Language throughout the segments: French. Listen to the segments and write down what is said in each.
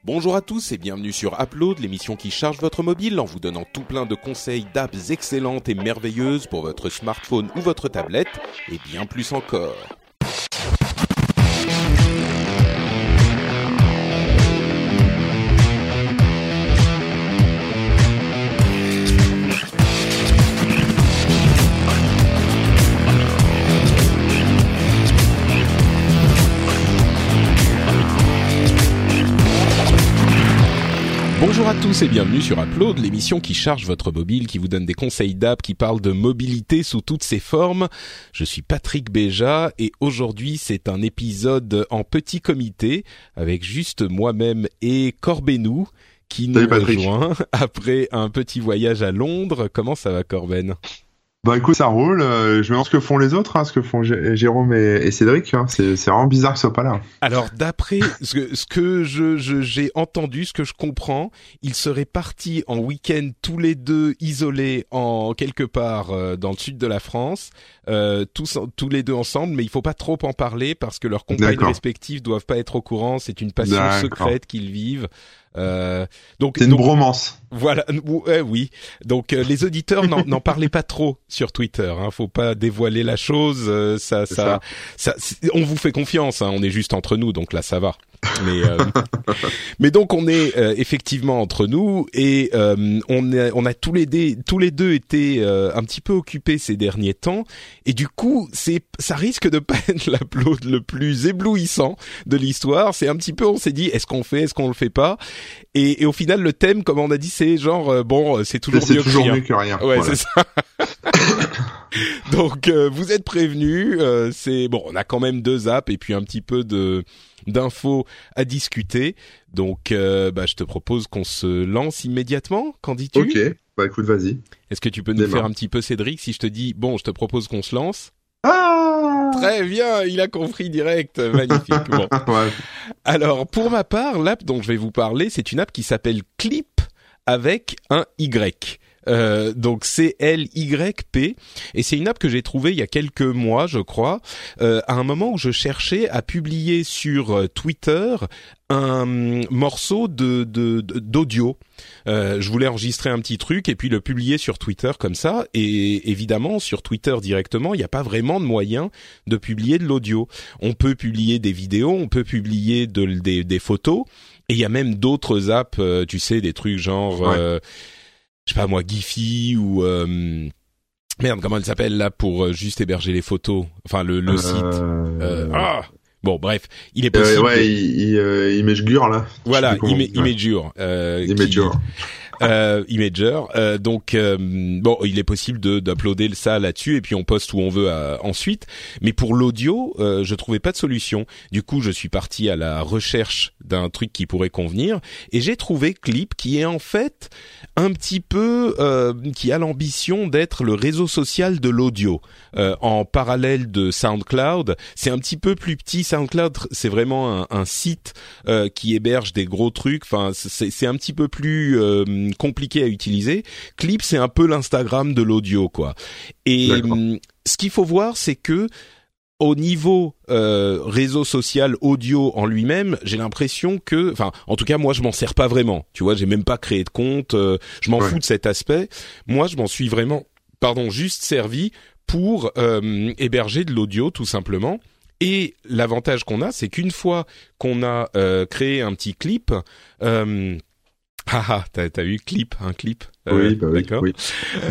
Bonjour à tous et bienvenue sur Upload, l'émission qui charge votre mobile en vous donnant tout plein de conseils d'apps excellentes et merveilleuses pour votre smartphone ou votre tablette, et bien plus encore. Bonjour à tous et bienvenue sur Upload, l'émission qui charge votre mobile, qui vous donne des conseils d'app, qui parle de mobilité sous toutes ses formes. Je suis Patrick Béja et aujourd'hui c'est un épisode en petit comité avec juste moi-même et Corbenou qui nous rejoint après un petit voyage à Londres. Comment ça va, Corben ? Bah écoute, ça roule. Je me demande ce que font les autres, ce que font Jérôme et Cédric. C'est vraiment bizarre qu'ils soient pas là. Alors d'après ce que j'ai entendu, ce que je comprends, ils seraient partis en week-end tous les deux isolés en quelque part dans le sud de la France, tous les deux ensemble, mais il faut pas trop en parler parce que leurs compagnes respectives doivent pas être au courant. C'est une passion secrète qu'ils vivent. Donc c'est une bromance. Voilà, oui. Donc les auditeurs n'en parlez pas trop sur Twitter. Faut pas dévoiler la chose. Ça, on vous fait confiance. On est juste entre nous, donc là ça va. Mais donc on est effectivement entre nous et on a tous les deux été un petit peu occupés ces derniers temps et du coup ça risque de pas être l'upload le plus éblouissant de l'histoire. C'est un petit peu, on s'est dit est-ce qu'on le fait pas, et au final le thème, comme on a dit, c'est genre c'est toujours mieux que rien. Ouais, voilà. C'est ça. Donc vous êtes prévenus. C'est bon, on a quand même deux apps et puis un petit peu d'infos à discuter. Donc je te propose qu'on se lance immédiatement. Qu'en dis-tu ? Ok, bah écoute, vas-y. Est-ce que tu peux nous faire un petit peu, Cédric, si je te dis je te propose qu'on se lance ? Très bien, il a compris direct, magnifique. Bon. Ouais. Alors pour ma part, l'app dont je vais vous parler, c'est une app qui s'appelle Clip avec un Y. Donc CLYP, et c'est une app que j'ai trouvée il y a quelques mois, je crois, à un moment où je cherchais à publier sur Twitter un morceau d'audio. Je voulais enregistrer un petit truc et puis le publier sur Twitter comme ça, et évidemment sur Twitter directement, il n'y a pas vraiment de moyen de publier de l'audio. On peut publier des vidéos, on peut publier des photos, et il y a même d'autres apps, tu sais, des trucs genre je sais pas moi, Giphy ou merde, comment elle s'appelle là pour juste héberger les photos, enfin le site. Bon, bref, il est possible. Imagegur là. Voilà, Imagegur. Imager. Donc il est possible d'uploader ça là-dessus et puis on poste où on veut ensuite. Mais pour l'audio, je trouvais pas de solution. Du coup, je suis parti à la recherche d'un truc qui pourrait convenir et j'ai trouvé Clip, qui est en fait un petit peu qui a l'ambition d'être le réseau social de l'audio en parallèle de SoundCloud. C'est un petit peu plus petit. SoundCloud, c'est vraiment un site qui héberge des gros trucs. Enfin, c'est un petit peu plus compliqué à utiliser. Clip, c'est un peu l'Instagram de l'audio, quoi. Et ce qu'il faut voir, c'est que au niveau réseau social audio en lui-même, j'ai l'impression que, enfin, en tout cas, moi, je m'en sers pas vraiment. Tu vois, j'ai même pas créé de compte. Je m'en fous de cet aspect. Moi, je m'en suis vraiment, juste servi pour héberger de l'audio, tout simplement. Et l'avantage qu'on a, c'est qu'une fois qu'on a créé un petit clip, t'as eu un clip. Oui, d'accord. Oui.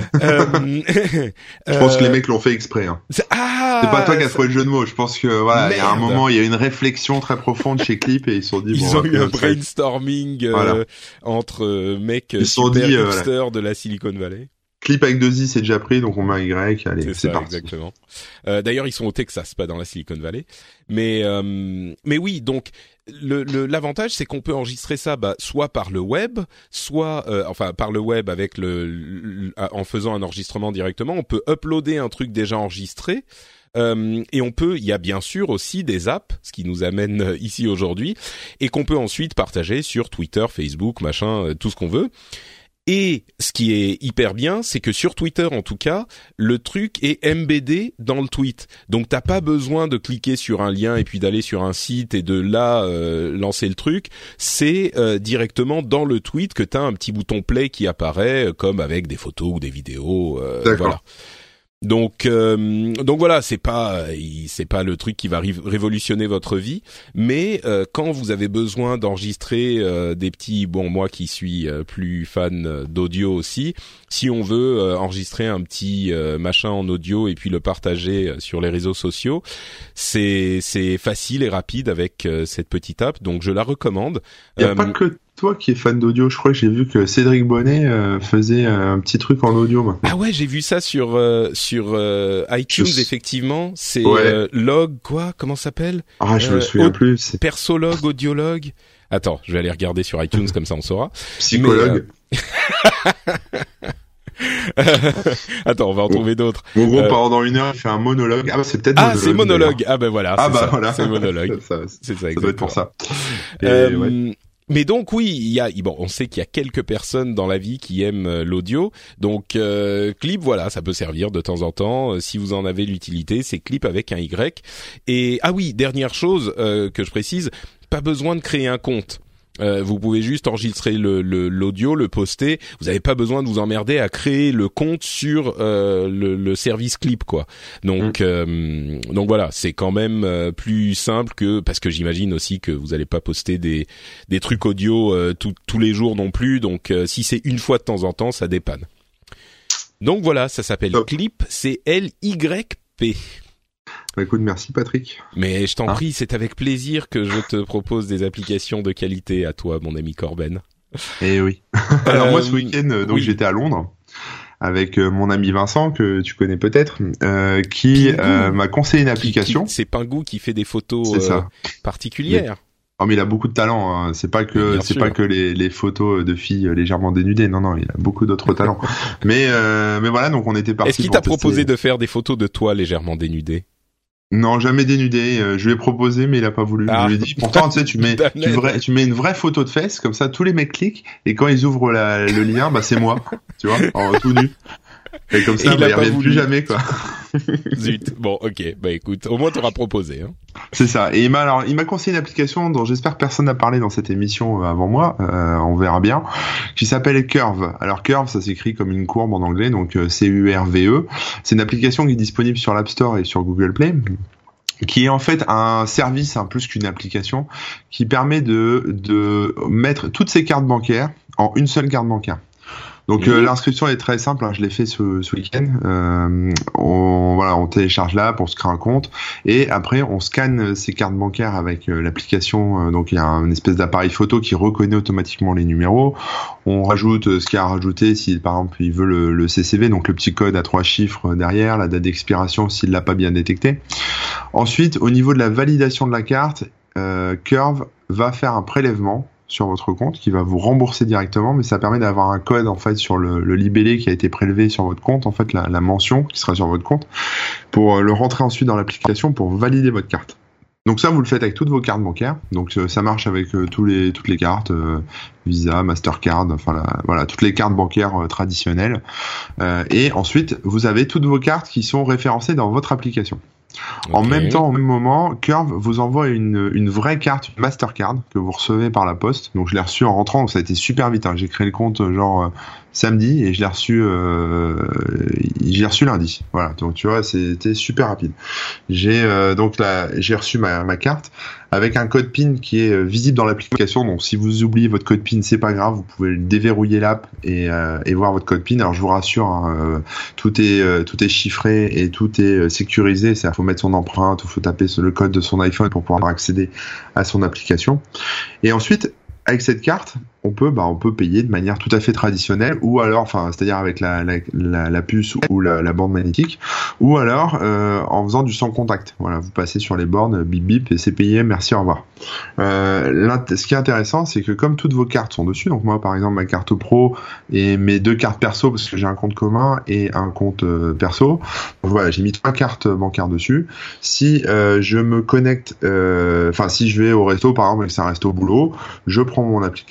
Je pense que les mecs l'ont fait exprès. C'est pas toi qui as trouvé le jeu de mots. Je pense que voilà, il y a un moment, il y a une réflexion très profonde chez Clip et ils se sont dit. Ils ont eu un brainstorming entre mecs super hipsters de la Silicon Valley. Clip avec 2 i, c'est déjà pris, donc on met un Y. Allez, c'est parti. Exactement. D'ailleurs, ils sont au Texas, pas dans la Silicon Valley. Mais oui, donc l'avantage, c'est qu'on peut enregistrer ça, soit par le web, soit par le web avec en faisant un enregistrement directement. On peut uploader un truc déjà enregistré. Et il y a bien sûr aussi des apps, ce qui nous amène ici aujourd'hui, et qu'on peut ensuite partager sur Twitter, Facebook, machin, tout ce qu'on veut. Et ce qui est hyper bien, c'est que sur Twitter, en tout cas, le truc est embeddé dans le tweet. Donc t'as pas besoin de cliquer sur un lien et puis d'aller sur un site et de là lancer le truc. C'est directement dans le tweet que t'as un petit bouton play qui apparaît, comme avec des photos ou des vidéos. Voilà. Donc voilà, c'est pas le truc qui va révolutionner votre vie, mais quand vous avez besoin d'enregistrer des petits, bon, moi qui suis plus fan d'audio aussi, si on veut enregistrer un petit machin en audio et puis le partager sur les réseaux sociaux, c'est facile et rapide avec cette petite app, donc je la recommande. Il y a pas que toi qui es fan d'audio, je crois que j'ai vu que Cédric Bonnet faisait un petit truc en audio maintenant. Ah ouais, j'ai vu ça sur iTunes, effectivement. C'est Log, quoi, comment ça s'appelle? Ah, je me souviens plus. C'est... Persolog, Audiologue. Attends, je vais aller regarder sur iTunes, comme ça on saura. Psychologue. Attends, on va en trouver d'autres. Mon gros, pendant 1 heure, il fait un monologue. Ah bah c'est peut-être monologue. Ah, c'est monologue. Ah bah voilà. Ah bah ça. Voilà. C'est monologue. C'est ça doit être pour ça. Mais donc oui, on sait qu'il y a quelques personnes dans la vie qui aiment l'audio. Donc Clip, voilà, ça peut servir de temps en temps. Si vous en avez l'utilité, c'est Clip avec un Y. Et ah oui, dernière chose que je précise, pas besoin de créer un compte. Vous pouvez juste enregistrer l'audio, le poster. Vous n'avez pas besoin de vous emmerder à créer le compte sur le service Clip, quoi. Donc voilà, c'est quand même plus simple que, parce que j'imagine aussi que vous n'allez pas poster des trucs audio tous les jours non plus. Donc si c'est une fois de temps en temps, ça dépanne. Donc voilà, ça s'appelle Clip, c'est L-Y-P. Bah écoute, merci Patrick. Mais je t'en prie, c'est avec plaisir que je te propose des applications de qualité à toi, mon ami Corben. Eh oui. Alors moi, ce week-end, j'étais à Londres avec mon ami Vincent, que tu connais peut-être, qui m'a conseillé une application. C'est Pingu qui fait des photos particulières. Oh, mais il a beaucoup de talent, hein. C'est pas que les photos de filles légèrement dénudées. Non, il a beaucoup d'autres talents. Mais voilà, donc on était parti. Est-ce qu'il t'a proposé de faire des photos de toi légèrement dénudées? Non, jamais dénudé. Je lui ai proposé, mais il a pas voulu. Je lui ai dit, pourtant, tu sais, tu mets une vraie photo de fesses, comme ça, tous les mecs cliquent, et quand ils ouvrent le lien, bah, c'est moi. Tu vois, tout nu. Et comme ça, ils reviennent plus jamais, quoi. Zut. Bon, ok. Bah, écoute, au moins t'auras proposé, hein. C'est ça. Et il m'a conseillé une application dont j'espère que personne n'a parlé dans cette émission avant moi. On verra bien. Qui s'appelle Curve. Alors, Curve, ça s'écrit comme une courbe en anglais, donc C-U-R-V-E. C'est une application qui est disponible sur l'App Store et sur Google Play, qui est en fait un service, plus qu'une application, qui permet de mettre toutes ces cartes bancaires en une seule carte bancaire. Donc l'inscription est très simple, je l'ai fait ce week-end. On télécharge l'app, on se crée un compte et après on scanne ces cartes bancaires avec l'application. Donc il y a une espèce d'appareil photo qui reconnaît automatiquement les numéros. On rajoute ce qu'il y a à rajouter si par exemple il veut le CCV, donc le petit code à 3 chiffres derrière, la date d'expiration s'il l'a pas bien détecté. Ensuite, au niveau de la validation de la carte, Curve va faire un prélèvement sur votre compte qui va vous rembourser directement, mais ça permet d'avoir un code en fait sur le libellé qui a été prélevé sur votre compte, en fait la mention qui sera sur votre compte, pour le rentrer ensuite dans l'application pour valider votre carte. Donc ça, vous le faites avec toutes vos cartes bancaires. Donc ça marche avec toutes les cartes, Visa, Mastercard, voilà, toutes les cartes bancaires traditionnelles. Et ensuite, vous avez toutes vos cartes qui sont référencées dans votre application. Okay. En même temps, au même moment, Curve vous envoie une vraie carte, une Mastercard que vous recevez par la poste. Donc je l'ai reçue en rentrant, donc ça a été super vite. J'ai créé le compte samedi et je l'ai reçu lundi. Voilà, donc tu vois, c'était super rapide. J'ai reçu ma carte avec un code PIN qui est visible dans l'application. Donc si vous oubliez votre code PIN, c'est pas grave, vous pouvez déverrouiller l'app et voir votre code PIN. Alors je vous rassure, tout est chiffré et tout est sécurisé. Il faut mettre son empreinte, il faut taper le code de son iPhone pour pouvoir accéder à son application. Et ensuite, avec cette carte, on peut payer de manière tout à fait traditionnelle, ou alors, c'est-à-dire avec la puce ou la borne magnétique, ou alors en faisant du sans contact. Voilà, vous passez sur les bornes, bip bip, et c'est payé, merci, au revoir. Ce qui est intéressant, c'est que comme toutes vos cartes sont dessus, donc moi par exemple ma carte pro et mes 2 cartes perso, parce que j'ai un compte commun et un compte perso, donc voilà, j'ai mis 3 cartes bancaires dessus. Si je me connecte, si je vais au resto par exemple, et que c'est un resto boulot, je prends mon application,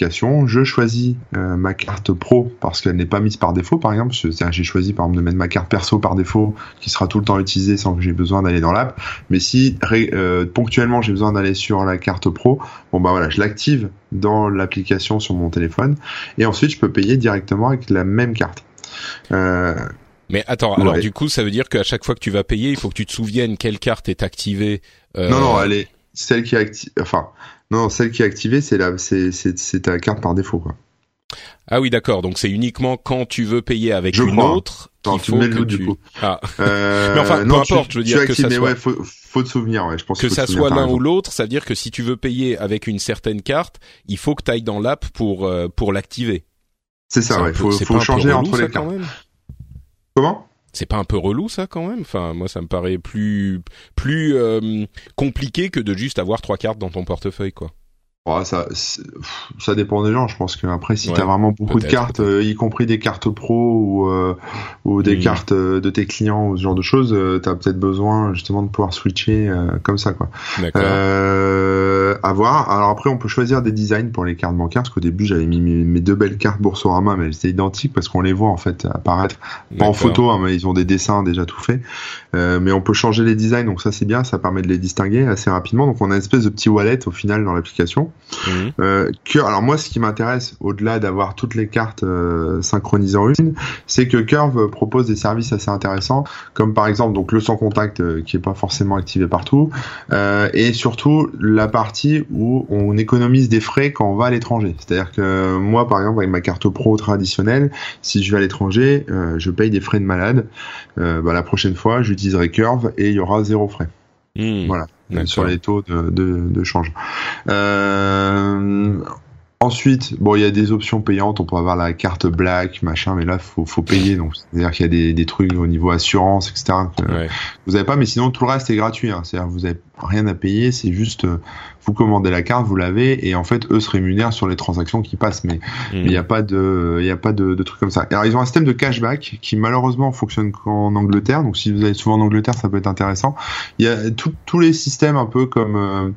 que je choisis ma carte pro parce qu'elle n'est pas mise par défaut, par exemple, c'est-à-dire j'ai choisi par exemple de mettre ma carte perso par défaut qui sera tout le temps utilisée sans que j'ai besoin d'aller dans l'app, mais si ponctuellement j'ai besoin d'aller sur la carte pro, bon bah voilà, je l'active dans l'application sur mon téléphone et ensuite je peux payer directement avec la même carte. Mais attends, alors du coup ça veut dire qu'à chaque fois que tu vas payer, il faut que tu te souviennes quelle carte est activée. Non, elle est celle qui est celle qui est activée, c'est ta carte par défaut, quoi. Ah oui, d'accord. Donc c'est uniquement quand tu veux payer avec une autre qu'il faut que tu. Ah. Mais enfin, peu importe. Je veux dire que ça soit. Ouais, faut te souvenir. Ouais, je pense que ça soit l'un ou l'autre. Ça veut dire que si tu veux payer avec une certaine carte, il faut que tu ailles dans l'app pour l'activer. C'est ça. Ouais. Faut changer entre les cartes. Comment? C'est pas un peu relou ça quand même? Enfin, moi ça me paraît plus compliqué que de juste avoir 3 cartes dans ton portefeuille, quoi. Oh, ça dépend des gens. Je pense qu'après, si t'as vraiment beaucoup de cartes, y compris des cartes pro ou des cartes de tes clients ou ce genre de choses, t'as peut-être besoin justement de pouvoir switcher comme ça, quoi. D'accord. À voir. Alors après, on peut choisir des designs pour les cartes bancaires, parce qu'au début, j'avais mis mes 2 belles cartes Boursorama, mais elles étaient identiques parce qu'on les voit en fait apparaître pas en photo, hein, mais ils ont des dessins déjà tout faits. Mais on peut changer les designs, donc ça c'est bien, ça permet de les distinguer assez rapidement. Donc on a une espèce de petit wallet au final dans l'application. Alors moi, ce qui m'intéresse, au-delà d'avoir toutes les cartes synchronisées en une, c'est que Curve propose des services assez intéressants, comme par exemple donc le sans contact qui est pas forcément activé partout, et surtout la partie où on économise des frais quand on va à l'étranger. C'est-à-dire que moi, par exemple, avec ma carte pro traditionnelle, si je vais à l'étranger, je paye des frais de malade. La prochaine fois, j'utiliserai Curve et il y aura 0 frais. Voilà. Sur les taux de change. Ensuite, il y a des options payantes. On peut avoir la carte Black, machin, mais là, faut payer. Donc, c'est-à-dire qu'il y a des trucs au niveau assurance, etc. Que vous avez pas, mais sinon tout le reste est gratuit. Hein. C'est-à-dire que vous avez rien à payer. C'est juste vous commandez la carte, vous l'avez, et en fait, eux se rémunèrent sur les transactions qui passent. Mais il y a pas de trucs comme ça. Alors, ils ont un système de cashback qui malheureusement fonctionne qu'en Angleterre. Donc, si vous allez souvent en Angleterre, ça peut être intéressant. Il y a tous les systèmes un peu comme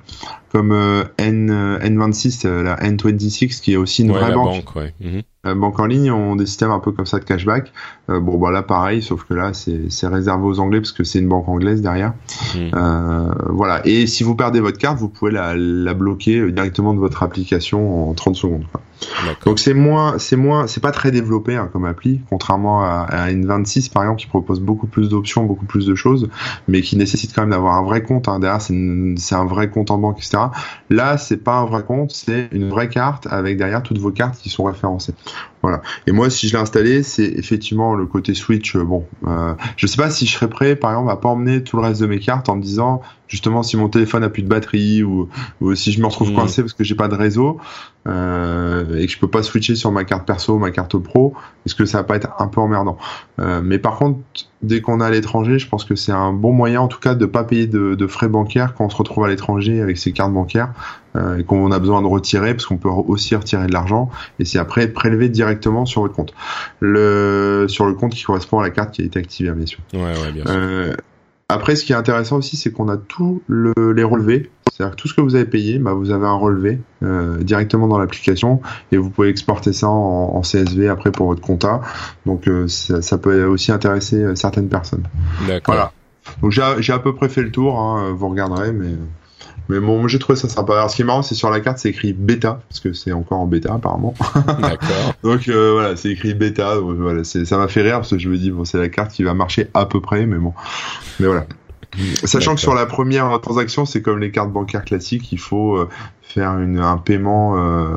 N26, la N26 qui est aussi une vraie banque. Banque en ligne ont des systèmes un peu comme ça de cashback. Là pareil, sauf que là c'est réservé aux Anglais parce que c'est une banque anglaise derrière. Voilà. Et si vous perdez votre carte, vous pouvez la bloquer directement de votre application en 30 secondes. Quoi. Donc c'est pas très développé comme appli, contrairement à N26 par exemple qui propose beaucoup plus d'options, beaucoup plus de choses, mais qui nécessite quand même d'avoir un vrai compte. Derrière c'est un vrai compte en banque, etc. Là c'est pas un vrai compte, c'est une vraie carte avec derrière toutes vos cartes qui sont référencées. Voilà. Et moi, si je l'ai installé, c'est effectivement le côté Switch. Je sais pas si je serais prêt, par exemple, à pas emmener tout le reste de mes cartes en me disant, justement, si mon téléphone a plus de batterie ou si je me retrouve coincé parce que j'ai pas de réseau et que je peux pas switcher sur ma carte perso, ma carte pro, est-ce que ça va pas être un peu emmerdant. Mais par contre, dès qu'on est à l'étranger, je pense que c'est un bon moyen, en tout cas, de pas payer de frais bancaires quand on se retrouve à l'étranger avec ses cartes bancaires. Et qu'on a besoin de retirer parce qu'on peut aussi retirer de l'argent et c'est après prélevé directement sur votre compte. Sur le compte qui correspond à la carte qui a été activée, bien sûr. Ouais, bien sûr. Après, ce qui est intéressant aussi, c'est qu'on a tous les relevés. C'est-à-dire que tout ce que vous avez payé, vous avez un relevé directement dans l'application et vous pouvez exporter ça en CSV après pour votre compta. Donc ça peut aussi intéresser certaines personnes. D'accord. Voilà. Donc j'ai à peu près fait le tour. Vous regarderez, mais bon, moi j'ai trouvé ça sympa. Alors ce qui est marrant, c'est sur la carte, c'est écrit bêta, parce que c'est encore en bêta apparemment. D'accord. Donc voilà, c'est écrit bêta. Donc, voilà, ça m'a fait rire parce que je me dis c'est la carte qui va marcher à peu près, mais voilà. Sachant que sur la première transaction, c'est comme les cartes bancaires classiques, il faut faire un paiement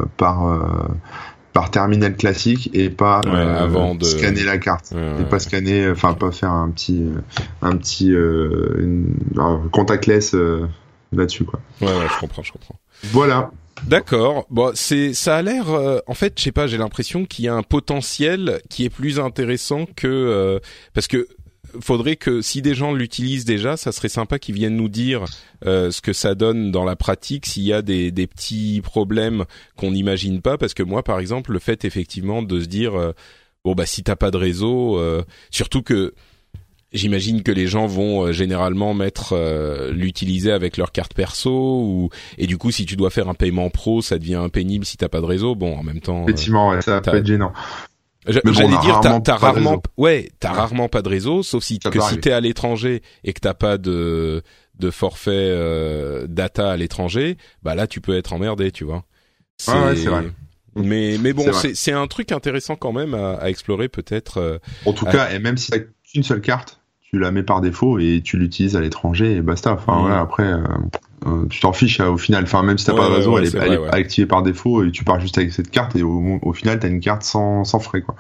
par terminal classique et pas avant de scanner la carte et pas scanner, pas faire un petit contactless là-dessus quoi. Ouais, je comprends. Voilà. D'accord. Bon, ça a l'air en fait, je sais pas, j'ai l'impression qu'il y a un potentiel qui est plus intéressant que parce que faudrait que si des gens l'utilisent déjà, ça serait sympa qu'ils viennent nous dire ce que ça donne dans la pratique, s'il y a des petits problèmes qu'on n'imagine pas, parce que moi par exemple, le fait effectivement de se dire si t'as pas de réseau, surtout que j'imagine que les gens vont généralement l'utiliser avec leur carte perso et du coup si tu dois faire un paiement pro, ça devient pénible si t'as pas de réseau. Bon, en même temps. Effectivement, ouais, ça peut être gênant. J'allais dire, t'as rarement pas de réseau, sauf si t'es à l'étranger et que t'as pas de forfait data à l'étranger, bah là tu peux être emmerdé, tu vois. Ouais, c'est vrai. Mais bon, c'est un truc intéressant quand même à explorer peut-être. En tout cas, et même si t'as qu'une seule carte, tu la mets par défaut et tu l'utilises à l'étranger et basta. Enfin voilà, après tu t'en fiches au final. Enfin même si t'as pas de réseau, elle est activée par défaut et tu pars juste avec cette carte et au final t'as une carte sans frais quoi.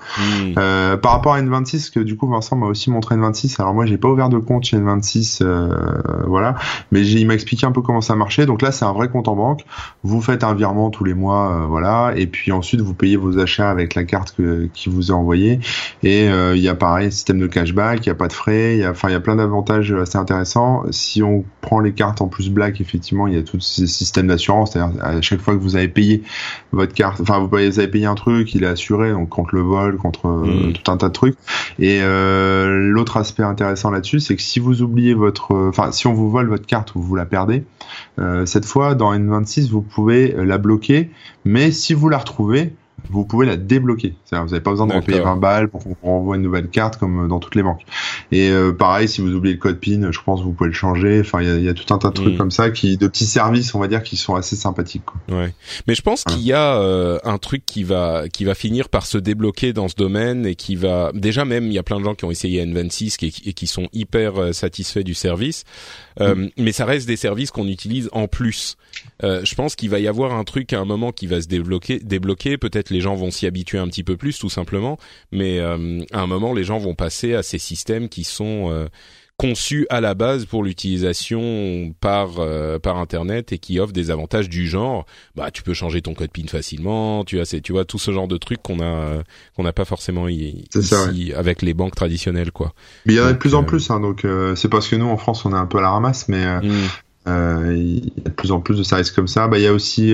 Par rapport à N26, que du coup Vincent m'a aussi montré N26. Alors moi j'ai pas ouvert de compte chez N26, voilà, mais il m'a expliqué un peu comment ça marchait. Donc là c'est un vrai compte en banque. Vous faites un virement tous les mois, voilà, et puis ensuite vous payez vos achats avec la carte qui vous est envoyée. Et il y a pareil système de cashback, il y a pas de frais, il y a plein d'avantages assez intéressants. Si on prend les cartes en plus Black, effectivement, il y a tous ces systèmes d'assurance, c'est-à-dire à chaque fois que vous avez payé votre carte, enfin vous avez payé un truc, il est assuré, donc contre le vol, contre tout un tas de trucs. Et l'autre aspect intéressant là-dessus, c'est que si vous oubliez si on vous vole votre carte ou vous la perdez, cette fois dans N26 vous pouvez la bloquer, mais si vous la retrouvez, vous pouvez la débloquer. C'est-à-dire, vous n'avez pas besoin de repayer 20 balles pour qu'on renvoie une nouvelle carte comme dans toutes les banques. Et pareil, si vous oubliez le code PIN, je pense que vous pouvez le changer. Enfin, il y a tout un tas de trucs comme ça, de petits services, on va dire, qui sont assez sympathiques, quoi. Ouais. Mais je pense qu'il y a un truc qui va finir par se débloquer dans ce domaine et qui va déjà même il y a plein de gens qui ont essayé N26 et qui sont hyper satisfaits du service. Mais ça reste des services qu'on utilise en plus. Je pense qu'il va y avoir un truc à un moment qui va se débloquer. Peut-être les gens vont s'y habituer un petit peu plus, tout simplement. Mais à un moment, les gens vont passer à ces systèmes qui sont conçus à la base pour l'utilisation par Internet et qui offrent des avantages du genre. Bah, tu peux changer ton code PIN facilement. Tu vois tout ce genre de trucs qu'on n'a pas forcément ici avec les banques traditionnelles, quoi. Mais il y en a de plus en plus, hein. Donc c'est parce que nous en France on est un peu à la ramasse, mais il y a de plus en plus de services comme ça. Bah il y a aussi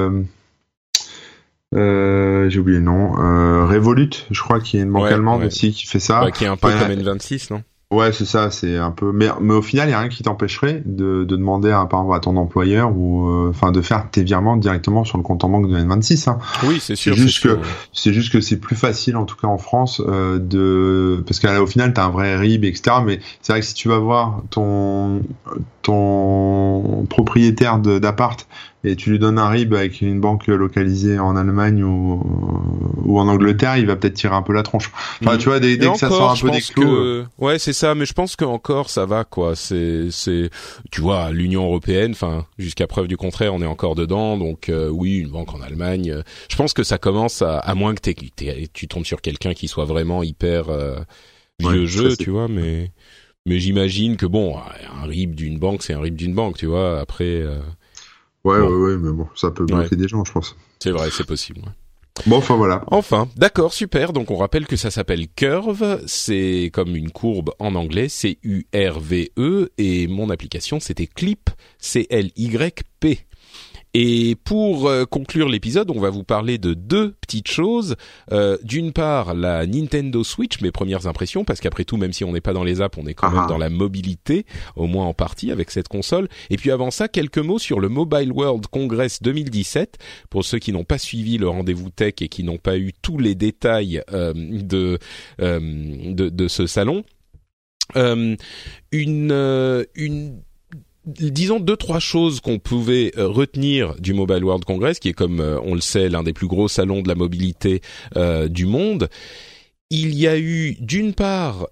j'ai oublié le nom, Revolut, je crois qu'il y a une banque allemande aussi qui fait ça. Qui est un peu comme N26, non? Ouais, c'est ça, c'est un peu. Mais au final, il y a rien qui t'empêcherait de demander par exemple à ton employeur ou de faire tes virements directement sur le compte en banque de N26. Hein. Oui, c'est sûr. C'est juste que c'est plus facile, en tout cas en France, parce qu'au final, t'as un vrai RIB, etc. Mais c'est vrai que si tu vas voir ton propriétaire d'appart et tu lui donnes un RIB avec une banque localisée en Allemagne ou en Angleterre, il va peut-être tirer un peu la tronche. Enfin, tu vois, dès que ça sort un peu des clous. Ouais, c'est ça, mais je pense que encore ça va, quoi. C'est, tu vois, l'Union européenne, enfin, jusqu'à preuve du contraire, on est encore dedans. Donc, oui, une banque en Allemagne. Je pense que ça commence à moins que tu tombes sur quelqu'un qui soit vraiment hyper vieux jeu, tu vois, mais j'imagine que bon, un RIB d'une banque, c'est un RIB d'une banque, tu vois. Après. Ouais, mais bon, ça peut bloquer des gens, je pense. C'est vrai, c'est possible. Ouais. Bon, enfin voilà. Enfin, d'accord, super. Donc on rappelle que ça s'appelle Curve, c'est comme une courbe en anglais, C-U-R-V-E, et mon application c'était Clip, C-L-Y-P. Et pour conclure l'épisode, on va vous parler de deux petites choses. D'une part, la Nintendo Switch, mes premières impressions, parce qu'après tout, même si on n'est pas dans les apps, on est quand même dans la mobilité, au moins en partie avec cette console. Et puis avant ça, quelques mots sur le Mobile World Congress 2017, pour ceux qui n'ont pas suivi le rendez-vous tech et qui n'ont pas eu tous les détails de ce salon. Disons 2-3 choses qu'on pouvait retenir du Mobile World Congress, qui est comme on le sait l'un des plus gros salons de la mobilité du monde. Il y a eu d'une part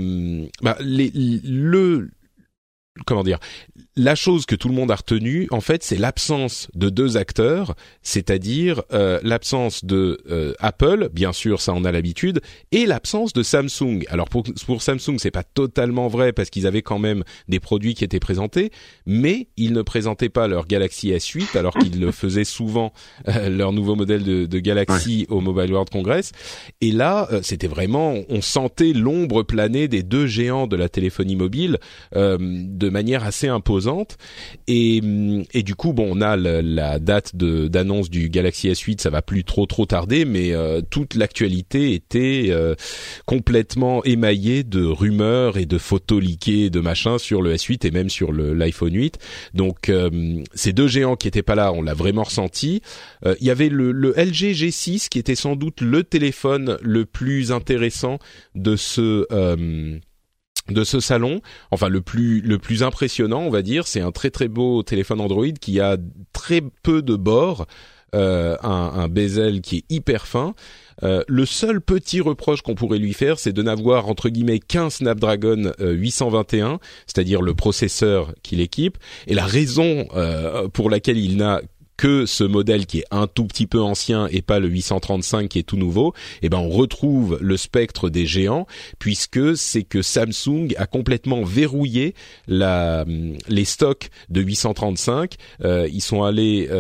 la chose que tout le monde a retenue, en fait, c'est l'absence de deux acteurs, c'est-à-dire l'absence de Apple, bien sûr, ça on a l'habitude, et l'absence de Samsung. Alors pour Samsung, c'est pas totalement vrai parce qu'ils avaient quand même des produits qui étaient présentés, mais ils ne présentaient pas leur Galaxy S8 alors qu'ils le faisaient souvent leur nouveau modèle de Galaxy au Mobile World Congress. Et là, c'était vraiment, on sentait l'ombre planer des deux géants de la téléphonie mobile, de de manière assez imposante. Et du coup, bon, on a la date d'annonce du Galaxy S8, ça va plus trop tarder, mais toute l'actualité était complètement émaillée de rumeurs et de photos leakées et de machins sur le S8 et même sur l'iPhone 8. Donc ces deux géants qui étaient pas là, on l'a vraiment ressenti. Il y avait le LG G6 qui était sans doute le téléphone le plus intéressant de ce salon, enfin le plus impressionnant, on va dire. C'est un très très beau téléphone Android qui a très peu de bords, un bezel qui est hyper fin. Le seul petit reproche qu'on pourrait lui faire, c'est de n'avoir entre guillemets qu'un Snapdragon 821, c'est-à-dire le processeur qui l'équipe. Et la raison pour laquelle il n'a que ce modèle qui est un tout petit peu ancien et pas le 835 qui est tout nouveau, eh ben on retrouve le spectre des géants, puisque c'est que Samsung a complètement verrouillé les stocks de 835. Ils sont allés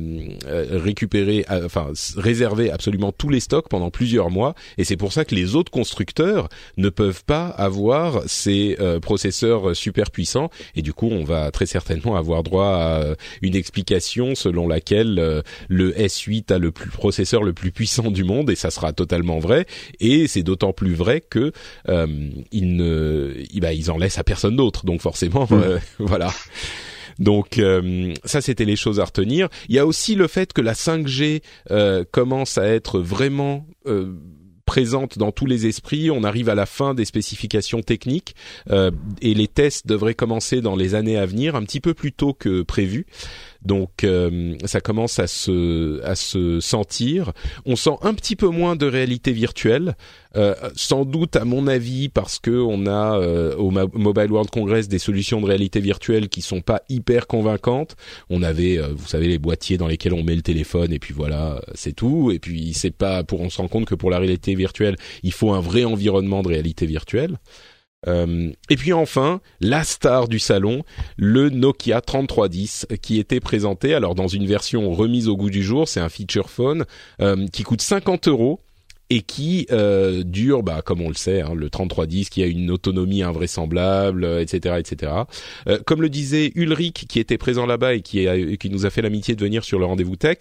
réserver absolument tous les stocks pendant plusieurs mois, et c'est pour ça que les autres constructeurs ne peuvent pas avoir ces processeurs super puissants, et du coup on va très certainement avoir droit à une explication selon laquelle le S8 a le processeur le plus puissant du monde, et ça sera totalement vrai, et c'est d'autant plus vrai que ils en laissent à personne d'autre, donc forcément voilà. Donc ça c'était les choses à retenir. Il y a aussi le fait que la 5G commence à être vraiment présente dans tous les esprits. On arrive à la fin des spécifications techniques et les tests devraient commencer dans les années à venir, un petit peu plus tôt que prévu. Donc ça commence à se sentir. On sent un petit peu moins de réalité virtuelle, sans doute à mon avis parce que on a au Mobile World Congress des solutions de réalité virtuelle qui sont pas hyper convaincantes. On avait, vous savez, les boîtiers dans lesquels on met le téléphone et puis voilà, c'est tout. Et puis on se rend compte que pour la réalité virtuelle, il faut un vrai environnement de réalité virtuelle. Et puis enfin, la star du salon, le Nokia 3310 qui était présenté, alors dans une version remise au goût du jour. C'est un feature phone qui coûte 50 € et qui dure, comme on le sait, le 3310 qui a une autonomie invraisemblable, etc., etc. Comme le disait Ulrich qui était présent là-bas et qui nous a fait l'amitié de venir sur le rendez-vous tech.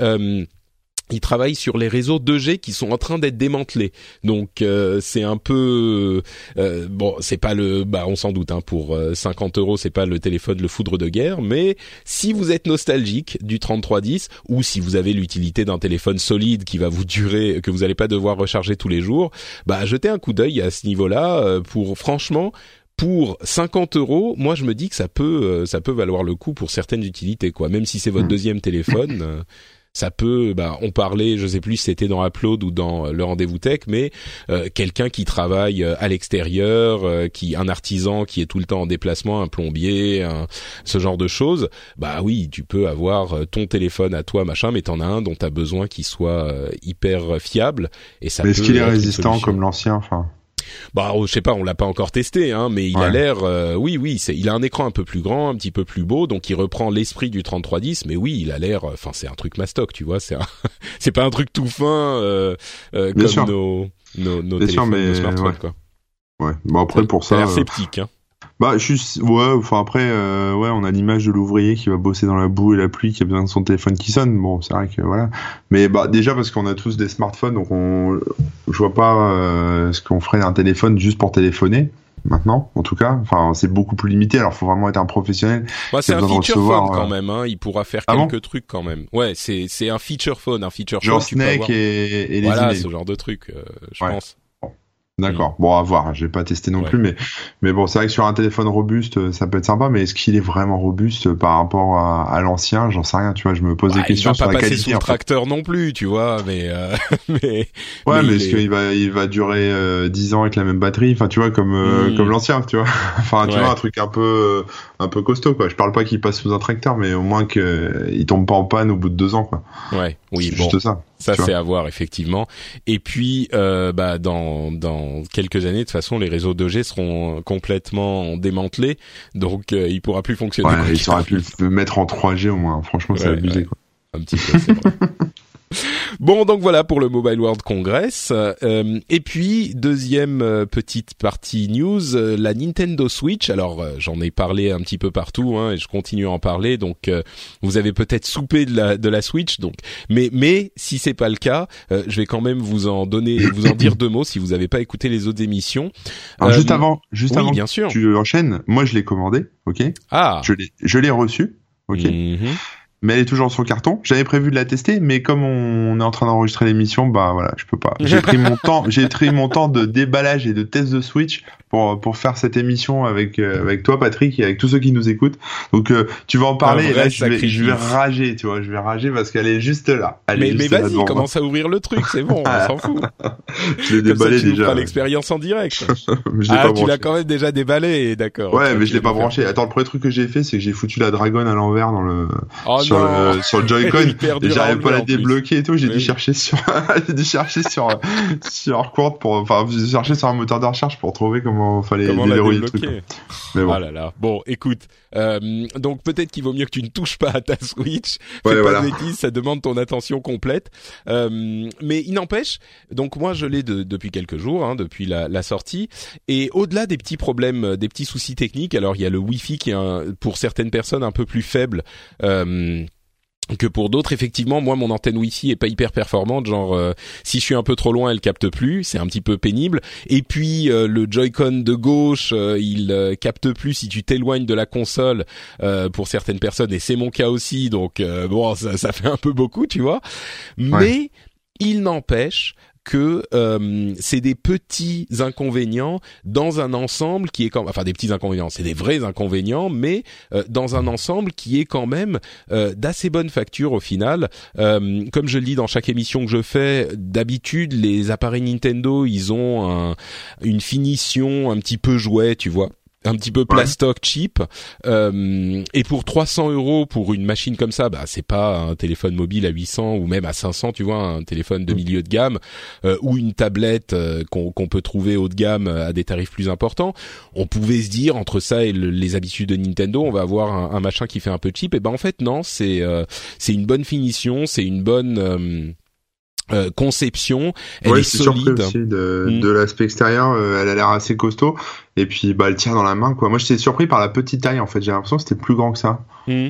Ils travaillent sur les réseaux 2G qui sont en train d'être démantelés. Donc c'est un peu c'est pas on s'en doute pour 50 €, c'est pas le téléphone le foudre de guerre, mais si vous êtes nostalgique du 3310 ou si vous avez l'utilité d'un téléphone solide qui va vous durer, que vous allez pas devoir recharger tous les jours, jetez un coup d'œil à ce niveau-là franchement pour 50 €, moi je me dis que ça peut valoir le coup pour certaines utilités quoi, même si c'est votre deuxième téléphone. Ça peut, on parlait, je sais plus si c'était dans Upload ou dans le rendez-vous tech, mais quelqu'un qui travaille à l'extérieur, un artisan qui est tout le temps en déplacement, un plombier, ce genre de choses, oui, tu peux avoir ton téléphone à toi, machin, mais t'en as un dont t'as besoin qu'il soit hyper fiable, et ça. Mais est-ce qu'il est résistant comme l'ancien, enfin? Je sais pas, on l'a pas encore testé, mais il a l'air, il a un écran un peu plus grand, un petit peu plus beau, donc il reprend l'esprit du 3310, mais oui, il a l'air, c'est un truc mastoc, tu vois, c'est pas un truc tout fin, comme sûr. nos Bien téléphones, sûr, mais nos smartphones, quoi. Ouais. Bon, après, pour ça. Ça a l'air sceptique, après, on a l'image de l'ouvrier qui va bosser dans la boue et la pluie, qui a besoin de son téléphone qui sonne. Bon, c'est vrai que voilà. Mais déjà parce qu'on a tous des smartphones, donc je vois pas ce qu'on ferait d'un téléphone juste pour téléphoner. Maintenant, en tout cas, c'est beaucoup plus limité. Alors, faut vraiment être un professionnel. C'est un feature phone quand même. Il pourra faire quelques trucs quand même. Ouais, c'est un feature phone, genre Snake et les voilà, emails. Ce genre de truc, je pense. D'accord. Bon, à voir. J'ai pas testé non plus, mais bon, c'est vrai que sur un téléphone robuste, ça peut être sympa. Mais est-ce qu'il est vraiment robuste par rapport à l'ancien? J'en sais rien. Tu vois, je me pose des questions sur la qualité. Il va pas passer sous le tracteur non plus, tu vois. Mais est-ce qu'il va durer 10 ans avec la même batterie? Enfin, tu vois, comme l'ancien, tu vois. Enfin, tu vois, un truc un peu costaud, quoi. Je parle pas qu'il passe sous un tracteur, mais au moins qu'il tombe pas en panne au bout de 2 ans, quoi. Ouais. Oui. C'est juste ça. Ça c'est à voir effectivement. Et puis dans quelques années de toute façon les réseaux 2G seront complètement démantelés, donc il pourra plus fonctionner. Ouais, il aurait pu le mettre en 3G au moins. Franchement, c'est abusé quoi. Un petit peu, c'est vrai. Bon, donc voilà pour le Mobile World Congress. Et puis deuxième petite partie news, la Nintendo Switch. Alors j'en ai parlé un petit peu partout, hein, et je continue à en parler. Donc vous avez peut-être soupé de la Switch. Donc, mais si c'est pas le cas, je vais quand même vous en dire deux mots si vous n'avez pas écouté les autres émissions. Alors juste avant, bien sûr. Tu enchaînes. Moi, je l'ai commandé, ok. Ah. Je l'ai reçu, ok. Mais elle est toujours sur carton. J'avais prévu de la tester, mais comme on est en train d'enregistrer l'émission, bah voilà, je peux pas. J'ai pris mon temps de déballage et de test de Switch pour faire cette émission avec toi, Patrick, et avec tous ceux qui nous écoutent. Donc tu vas en parler, et là je vais rager, tu vois, je vais rager parce qu'elle est juste là. Mais vas-y, commence à ouvrir le truc, c'est bon, on s'en fout. Je l'ai déballé ça, tu déjà. Tu feras l'expérience en direct. Tu l'as quand même déjà déballé, d'accord. Ouais, mais je l'ai pas branché. Attends, le premier truc que j'ai fait, c'est que j'ai foutu la Dragon à l'envers dans le sur le Joy-Con, et j'arrive pas à la débloquer et tout. J'ai dû chercher sur Court j'ai cherché sur un moteur de recherche pour trouver comment fallait déverrouiller le truc. Mais bon. Ah là là. Bon, écoute, donc peut-être qu'il vaut mieux que tu ne touches pas à ta Switch. Ouais, Fais voilà. pas de bêtises, ça demande ton attention complète. Mais il n'empêche, donc moi je l'ai depuis quelques jours, hein, depuis la sortie, et au-delà des petits problèmes, des petits soucis techniques, alors il y a le Wi-Fi qui est pour certaines personnes un peu plus faible. Que pour d'autres, effectivement, moi mon antenne Wi-Fi est pas hyper performante, genre si je suis un peu trop loin, elle capte plus, c'est un petit peu pénible. Et puis le Joy-Con de gauche, il capte plus si tu t'éloignes de la console pour certaines personnes, et c'est mon cas aussi, donc bon, ça fait un peu beaucoup, tu vois. Mais il n'empêche que c'est des petits inconvénients dans un ensemble qui est des petits inconvénients, c'est des vrais inconvénients, mais dans un ensemble qui est quand même d'assez bonne facture au final. Comme je le dis dans chaque émission que je fais, d'habitude les appareils Nintendo, ils ont une finition un petit peu jouet, tu vois, un petit peu plastoc cheap, et pour 300 € pour une machine comme ça, bah c'est pas un téléphone mobile à 800 ou même à 500, tu vois, un téléphone de milieu de gamme, ou une tablette qu'on peut trouver haut de gamme à des tarifs plus importants. On pouvait se dire entre ça et les habitudes de Nintendo, on va avoir un machin qui fait un peu cheap. Et ben en fait non, c'est une bonne finition, c'est une bonne conception, elle est solide. Aussi de l'aspect extérieur, elle a l'air assez costaud, et puis bah elle tient dans la main, quoi. Moi j'étais surpris par la petite taille, en fait, j'ai l'impression que c'était plus grand que ça.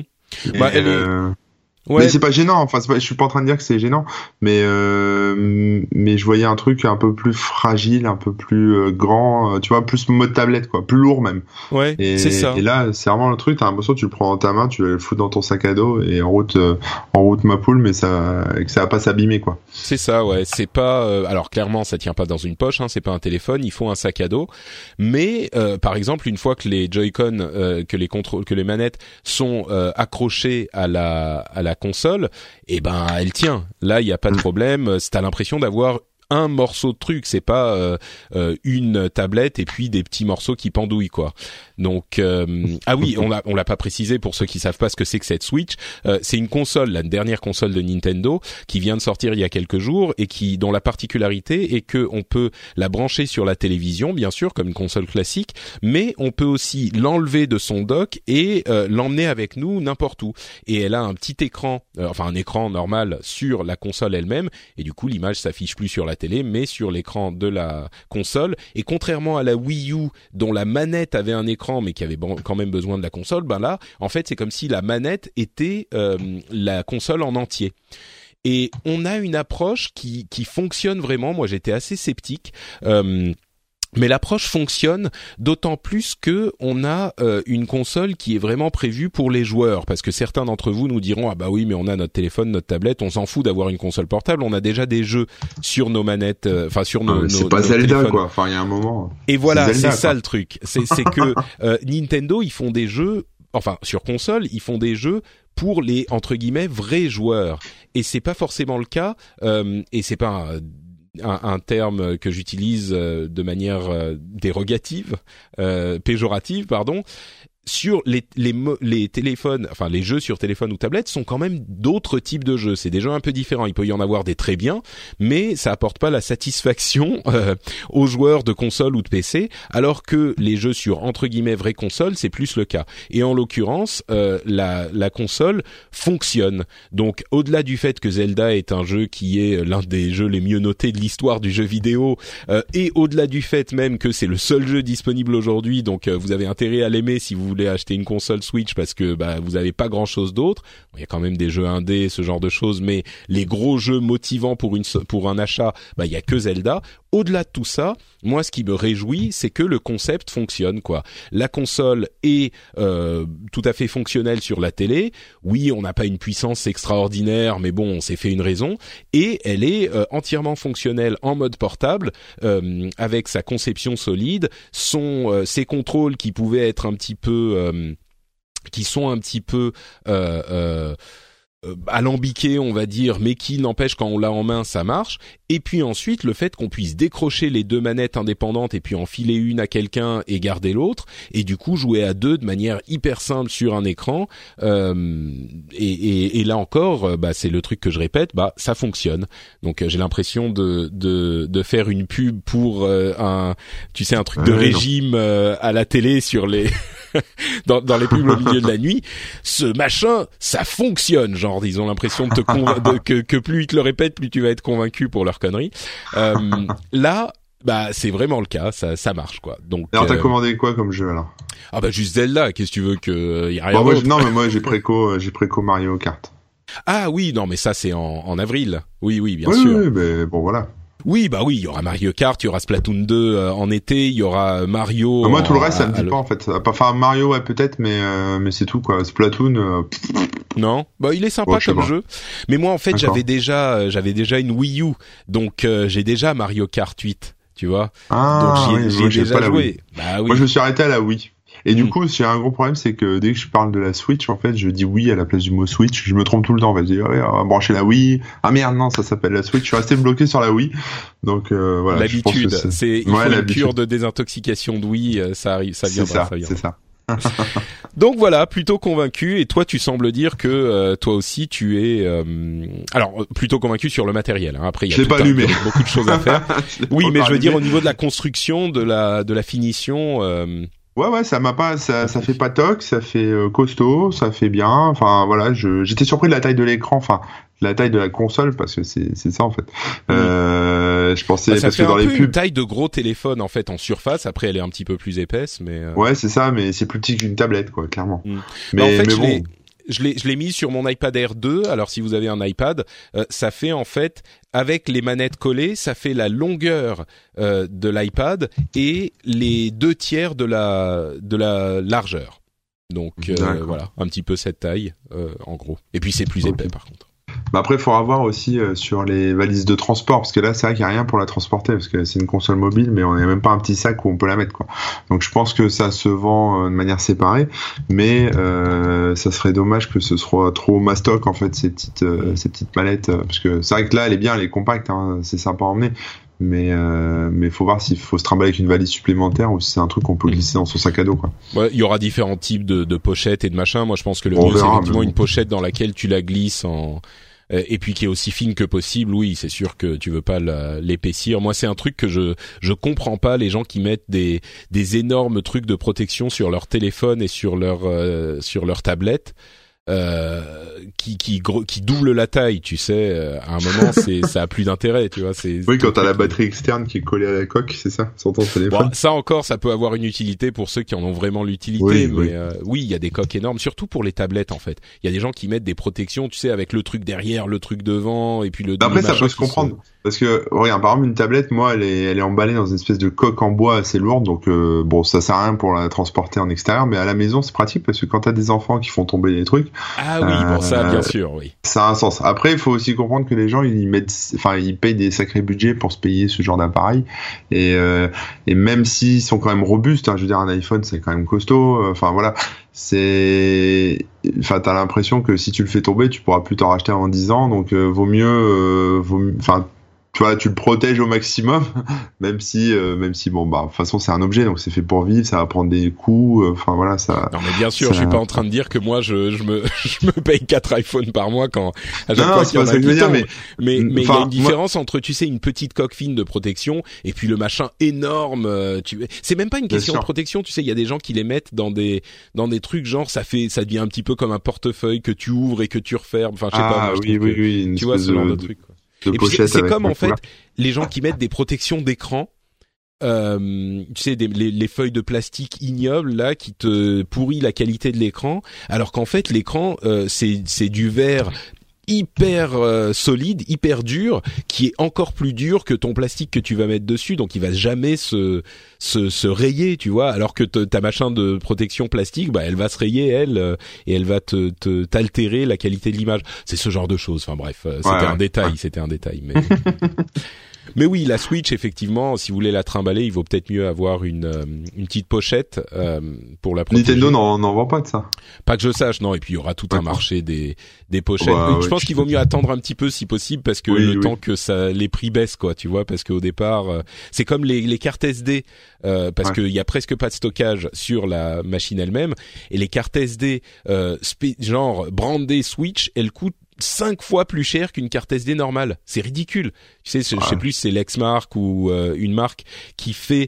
Mais c'est pas gênant, enfin je suis pas en train de dire que c'est gênant, mais je voyais un truc un peu plus fragile, un peu plus grand, tu vois, plus mode tablette, quoi, plus lourd même. Ouais, c'est ça. Et là, c'est vraiment le truc, t'as l'impression que tu le prends dans ta main, tu le fous dans ton sac à dos et en route ma poule, mais ça va pas s'abîmer, quoi. C'est ça, ouais, c'est pas alors clairement ça tient pas dans une poche, hein, c'est pas un téléphone, il faut un sac à dos. Mais par exemple, une fois que les Joy-Con que les manettes sont accrochées à la console, et ben elle tient. Là, il y a pas de problème, t'as l'impression d'avoir un morceau de truc, c'est pas une tablette et puis des petits morceaux qui pendouillent, quoi. Donc ah oui, on l'a pas précisé pour ceux qui savent pas ce que c'est que cette Switch. C'est une console, la dernière console de Nintendo qui vient de sortir il y a quelques jours et dont la particularité est que on peut la brancher sur la télévision, bien sûr, comme une console classique, mais on peut aussi l'enlever de son dock et l'emmener avec nous n'importe où. Et elle a un petit écran, un écran normal sur la console elle-même, et du coup l'image s'affiche plus sur la télé mais sur l'écran de la console. Et contrairement à la Wii U dont la manette avait un écran mais qui avait quand même besoin de la console, ben là en fait c'est comme si la manette était la console en entier. Et on a une approche qui fonctionne vraiment. Moi j'étais assez sceptique, mais l'approche fonctionne d'autant plus que on a une console qui est vraiment prévue pour les joueurs, parce que certains d'entre vous nous diront ah bah oui mais on a notre téléphone, notre tablette, on s'en fout d'avoir une console portable, on a déjà des jeux sur nos manettes, sur nos c'est pas Zelda téléphones. Quoi, enfin il y a un moment. Et voilà, c'est ça le truc, c'est que Nintendo ils font des jeux, sur console ils font des jeux pour les entre guillemets vrais joueurs, et c'est pas forcément le cas, et c'est pas un terme que j'utilise de manière dérogative, péjorative, pardon. sur les téléphones, enfin les jeux sur téléphone ou tablette sont quand même d'autres types de jeux. C'est des jeux un peu différents. Il peut y en avoir des très bien, mais ça apporte pas la satisfaction aux joueurs de console ou de PC, alors que les jeux sur entre guillemets vraies consoles, c'est plus le cas. Et en l'occurrence, la console fonctionne. Donc au-delà du fait que Zelda est un jeu qui est l'un des jeux les mieux notés de l'histoire du jeu vidéo, et au-delà du fait même que c'est le seul jeu disponible aujourd'hui, donc vous avez intérêt à l'aimer si vous voulez acheter une console Switch parce que vous avez pas grand-chose d'autre. Bon, il y a quand même des jeux indés, ce genre de choses, mais les gros jeux motivants pour un achat, il y a que Zelda. Au-delà de tout ça, moi ce qui me réjouit, c'est que le concept fonctionne quoi. La console est tout à fait fonctionnelle sur la télé. Oui, on n'a pas une puissance extraordinaire, mais bon, on s'est fait une raison. Et elle est entièrement fonctionnelle en mode portable, avec sa conception solide, ses contrôles qui pouvaient être un petit peu qui sont un petit peu alambiqués, on va dire, mais qui n'empêche quand on l'a en main, ça marche. Et puis ensuite, le fait qu'on puisse décrocher les deux manettes indépendantes et puis en filer une à quelqu'un et garder l'autre, et du coup jouer à deux de manière hyper simple sur un écran. Et là encore, c'est le truc que je répète, ça fonctionne. Donc j'ai l'impression de faire une pub pour un truc de régime à la télé sur les dans les pubs au milieu de la nuit. Ce machin, ça fonctionne. Genre, ils ont l'impression de que plus ils te le répètent, plus tu vas être convaincu pour leur connerie. Là, c'est vraiment le cas, ça marche quoi. Donc alors t'as commandé quoi comme jeu alors? Juste Zelda, qu'est-ce que tu veux que y a rien d'autre. Non mais moi j'ai préco Mario Kart. Ah oui, non mais ça c'est en avril. Oui bien sûr. Oui, mais bon voilà. Oui, il y aura Mario Kart, il y aura Splatoon 2 en été, il y aura Mario. Moi tout le reste ça me dit pas en fait. Enfin Mario ouais peut-être mais c'est tout quoi. Splatoon non, il est sympa comme jeu. Mais moi en fait, j'avais déjà une Wii U. Donc j'ai déjà Mario Kart 8, tu vois. Donc j'ai déjà joué. Oui. Moi je me suis arrêté à la Wii. Et du coup, j'ai un gros problème, c'est que dès que je parle de la Switch, en fait, je dis oui à la place du mot Switch. Je me trompe tout le temps. En fait, je dis on va brancher la Wii. Ah merde, non, ça s'appelle la Switch. Je suis resté bloqué sur la Wii. Donc voilà. L'habitude, il faut une cure de désintoxication de Wii. Ça arrive, ça viendra. C'est ça. Donc voilà, plutôt convaincu. Et toi, tu sembles dire que toi aussi, tu es alors plutôt convaincu sur le matériel. Hein. Après, il y a beaucoup de choses à faire. Oui, mais je veux dire au niveau de la construction, de la finition. Ouais, ça fait pas toc, ça fait costaud, ça fait bien. Enfin voilà, j'étais surpris de la taille de l'écran, enfin la taille de la console parce que c'est ça en fait. Je pensais ça parce fait que dans les pubs, une taille de gros téléphone en fait en surface. Après, elle est un petit peu plus épaisse, mais ouais, c'est ça, mais c'est plus petit qu'une tablette quoi, clairement. Mais en fait, je l'ai mis sur mon iPad Air 2. Alors si vous avez un iPad, ça fait en fait avec les manettes collées, ça fait la longueur de l'iPad et les 2/3 de la largeur. Donc voilà, un petit peu cette taille en gros. Et puis c'est plus épais par contre. Après, il faudra voir aussi sur les valises de transport, parce que là, c'est vrai qu'il n'y a rien pour la transporter, parce que c'est une console mobile, mais on n'a même pas un petit sac où on peut la mettre, quoi. Donc, je pense que ça se vend de manière séparée, mais ça serait dommage que ce soit trop mastoc, en fait, ces petites mallettes, parce que c'est vrai que là, elle est bien, elle est compacte, hein, c'est sympa à emmener. Mais faut voir s'il faut se trimballer avec une valise supplémentaire ou si c'est un truc qu'on peut glisser dans son sac à dos, quoi. Ouais, il y aura différents types de pochettes et de machins. Moi, je pense que le mieux, c'est effectivement une pochette dans laquelle tu la glisses et puis qui est aussi fine que possible. Oui, c'est sûr que tu veux pas l'épaissir. Moi, c'est un truc que je comprends pas, les gens qui mettent des énormes trucs de protection sur leur téléphone et sur leur tablette. Qui double la taille, tu sais, à un moment ça a plus d'intérêt, tu vois. Oui, quand t'as la batterie externe qui est collée à la coque, c'est ça, sur ton téléphone. Bon, ça encore, ça peut avoir une utilité pour ceux qui en ont vraiment l'utilité, mais oui, il y a des coques énormes, surtout pour les tablettes en fait. Il y a des gens qui mettent des protections, tu sais, avec le truc derrière, le truc devant, et puis le. Après, ça peut se comprendre. Parce que regarde, par exemple, une tablette, moi, elle est emballée dans une espèce de coque en bois assez lourde, donc bon, ça sert à rien pour la transporter en extérieur, mais à la maison, c'est pratique parce que quand t'as des enfants qui font tomber les trucs. Ah oui, bon, ça, bien sûr, oui. Ça a un sens. Après, il faut aussi comprendre que les gens, ils payent des sacrés budgets pour se payer ce genre d'appareil, et même s'ils sont quand même robustes, hein, je veux dire, un iPhone, c'est quand même costaud. Enfin voilà, t'as l'impression que si tu le fais tomber, tu pourras plus t'en racheter avant 10 ans, donc vaut mieux, tu vois, tu le protèges au maximum, même si bon, bah, de toute façon, c'est un objet, donc c'est fait pour vivre, ça va prendre des coups, enfin, voilà, ça. Non, mais bien sûr, je suis pas en train de dire que moi, je me paye 4 iPhones par mois quand, à chaque fois qu'il y en a qui tombent. Mais il y a une différence entre, tu sais, une petite coque fine de protection, et puis le machin énorme, c'est même pas une question de protection, tu sais, il y a des gens qui les mettent dans des trucs, genre, ça devient un petit peu comme un portefeuille que tu ouvres et que tu refermes, enfin, je sais pas. Oui, tu vois, ce genre de truc, quoi. Et puis c'est comme en fait les gens qui mettent des protections d'écran, tu sais les feuilles de plastique ignobles là qui te pourrit la qualité de l'écran, alors qu'en fait l'écran c'est du verre hyper solide, hyper dur, qui est encore plus dur que ton plastique que tu vas mettre dessus, donc il va jamais se rayer, tu vois, alors que ta machin de protection plastique, bah elle va se rayer elle et elle va t'altérer la qualité de l'image. C'est ce genre de choses. Enfin bref, c'était un détail, mais mais oui, la Switch, effectivement, si vous voulez la trimballer, il vaut peut-être mieux avoir une petite pochette pour la protéger. Nintendo n'en vend pas de ça. Pas que je sache, non. Et puis il y aura tout un marché des pochettes. Je pense qu'il vaut mieux attendre un petit peu si possible, parce que temps que les prix baissent, quoi, tu vois, parce qu'au départ, c'est comme les cartes SD, parce qu'il y a presque pas de stockage sur la machine elle-même, et les cartes SD genre brandées Switch, elles coûtent 5 fois plus cher qu'une carte SD normale. C'est ridicule. Tu sais, je sais plus si c'est Lexmark ou une marque qui fait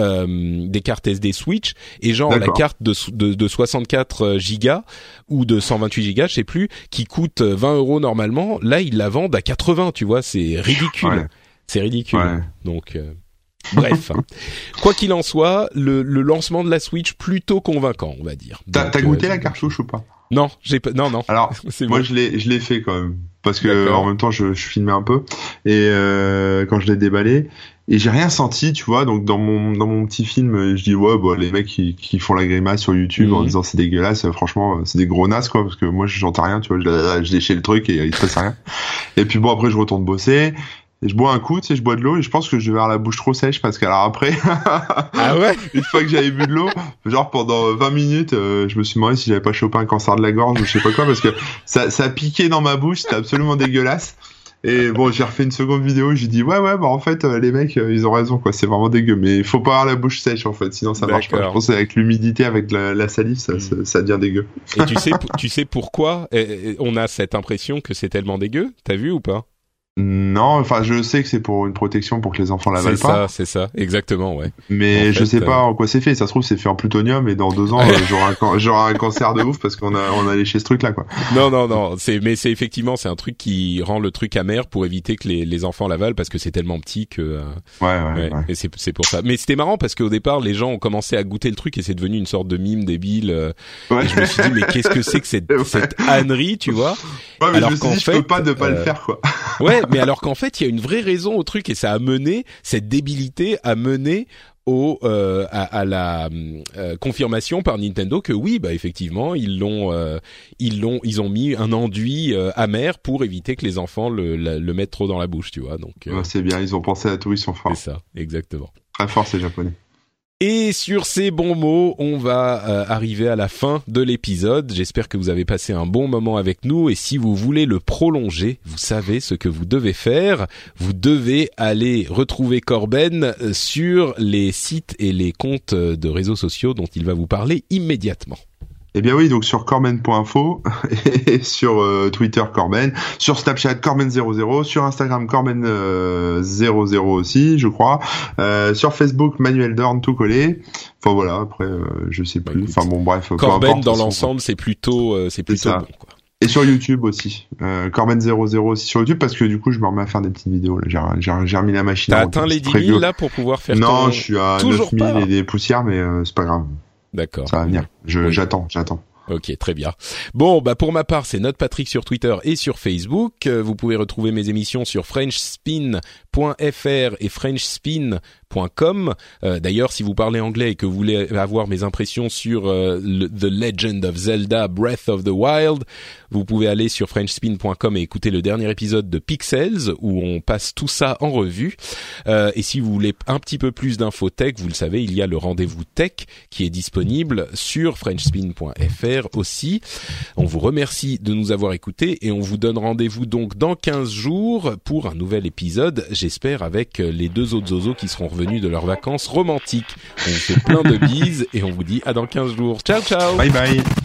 des cartes SD Switch, et genre la carte de 64 gigas ou de 128 gigas, je sais plus, qui coûte 20 € normalement, là ils la vendent à 80, tu vois, c'est ridicule. C'est ridicule. Donc bref, quoi qu'il en soit, le lancement de la Switch plutôt convaincant, on va dire. T'as goûté la cartouche ou pas? Non, j'ai pas. Non. Alors, moi, je l'ai fait quand même, parce que en même temps, je filmais un peu, et quand je l'ai déballé, et j'ai rien senti, tu vois. Donc dans mon petit film, je dis ouais, bon, les mecs qui font la grimace sur YouTube en disant c'est dégueulasse, franchement, c'est des gros nazes, quoi, parce que moi, j'entends rien, tu vois. Je léchais le truc et il se passe rien. Et puis bon, après, je retourne bosser. Et je bois un coup, tu sais, je bois de l'eau et je pense que je vais avoir la bouche trop sèche, parce qu'alors après, ah ouais, une fois que j'avais bu de l'eau, genre pendant 20 minutes, je me suis demandé si j'avais pas chopé un cancer de la gorge ou je sais pas quoi, parce que ça a piqué dans ma bouche, c'était absolument dégueulasse. Et bon, j'ai refait une seconde vidéo, j'ai dit ouais, bah en fait, les mecs, ils ont raison, quoi, c'est vraiment dégueu, mais il faut pas avoir la bouche sèche, en fait, sinon ça marche pas. Je pense qu'avec l'humidité, avec la salive, ça devient dégueu. Et tu sais pourquoi on a cette impression que c'est tellement dégueu? T'as vu ou pas? Non, enfin, je sais que c'est pour une protection pour que les enfants l'avalent pas. C'est ça, exactement, ouais. Mais je sais pas en quoi c'est fait. Ça se trouve, c'est fait en plutonium, et dans 2 ans, j'aurai un cancer de ouf parce qu'on a léché ce truc-là, quoi. Non. Mais c'est effectivement, c'est un truc qui rend le truc amer pour éviter que les enfants l'avalent, parce que c'est tellement petit que. Ouais. Et c'est pour ça. Mais c'était marrant parce qu'au départ, les gens ont commencé à goûter le truc et c'est devenu une sorte de mime débile. Et je me suis dit, mais qu'est-ce que c'est que cette ânerie, tu vois? Ouais, mais alors je me suis dit, je peux pas ne pas le faire, quoi. Ouais. Mais alors qu'en fait, il y a une vraie raison au truc, et ça a mené, cette débilité a mené à la confirmation par Nintendo que oui, bah effectivement, ils ont mis un enduit amer pour éviter que les enfants le mettent trop dans la bouche, tu vois. Donc c'est bien, ils ont pensé à tout, ils sont forts. C'est ça, exactement. Très fort, ces Japonais. Et sur ces bons mots, on va arriver à la fin de l'épisode. J'espère que vous avez passé un bon moment avec nous, et si vous voulez le prolonger, vous savez ce que vous devez faire. Vous devez aller retrouver Corben sur les sites et les comptes de réseaux sociaux dont il va vous parler immédiatement. Eh bien oui, donc sur corben.info et sur Twitter Corben, sur Snapchat Corben00, sur Instagram Corben00 aussi, je crois, sur Facebook Manuel Dorn tout collé. Enfin voilà, après je sais plus. Enfin bon bref. Corben dans l'ensemble, c'est plutôt bon, quoi. Et sur YouTube aussi, Corben00 aussi sur YouTube, parce que du coup je me remets à faire des petites vidéos là. J'ai remis la machine. T'as atteint les 10 000 là pour pouvoir faire. Non, je suis à 9 000 et des poussières, mais c'est pas grave. D'accord. Ça va venir. J'attends. Ok, très bien. Bon, bah pour ma part, c'est NotePatrick sur Twitter et sur Facebook. Vous pouvez retrouver mes émissions sur FrenchSpin.fr et FrenchSpin.fr .com. D'ailleurs, si vous parlez anglais et que vous voulez avoir mes impressions sur The Legend of Zelda Breath of the Wild, vous pouvez aller sur frenchspin.com et écouter le dernier épisode de Pixels où on passe tout ça en revue. Et si vous voulez un petit peu plus d'infos tech, vous le savez, il y a le rendez-vous tech qui est disponible sur frenchspin.fr aussi. On vous remercie de nous avoir écoutés et on vous donne rendez-vous donc dans 15 jours pour un nouvel épisode, j'espère avec les deux autres zozos qui seront revenus de leurs vacances romantiques. On vous fait plein de bises et on vous dit à dans 15 jours. Ciao ciao. Bye bye.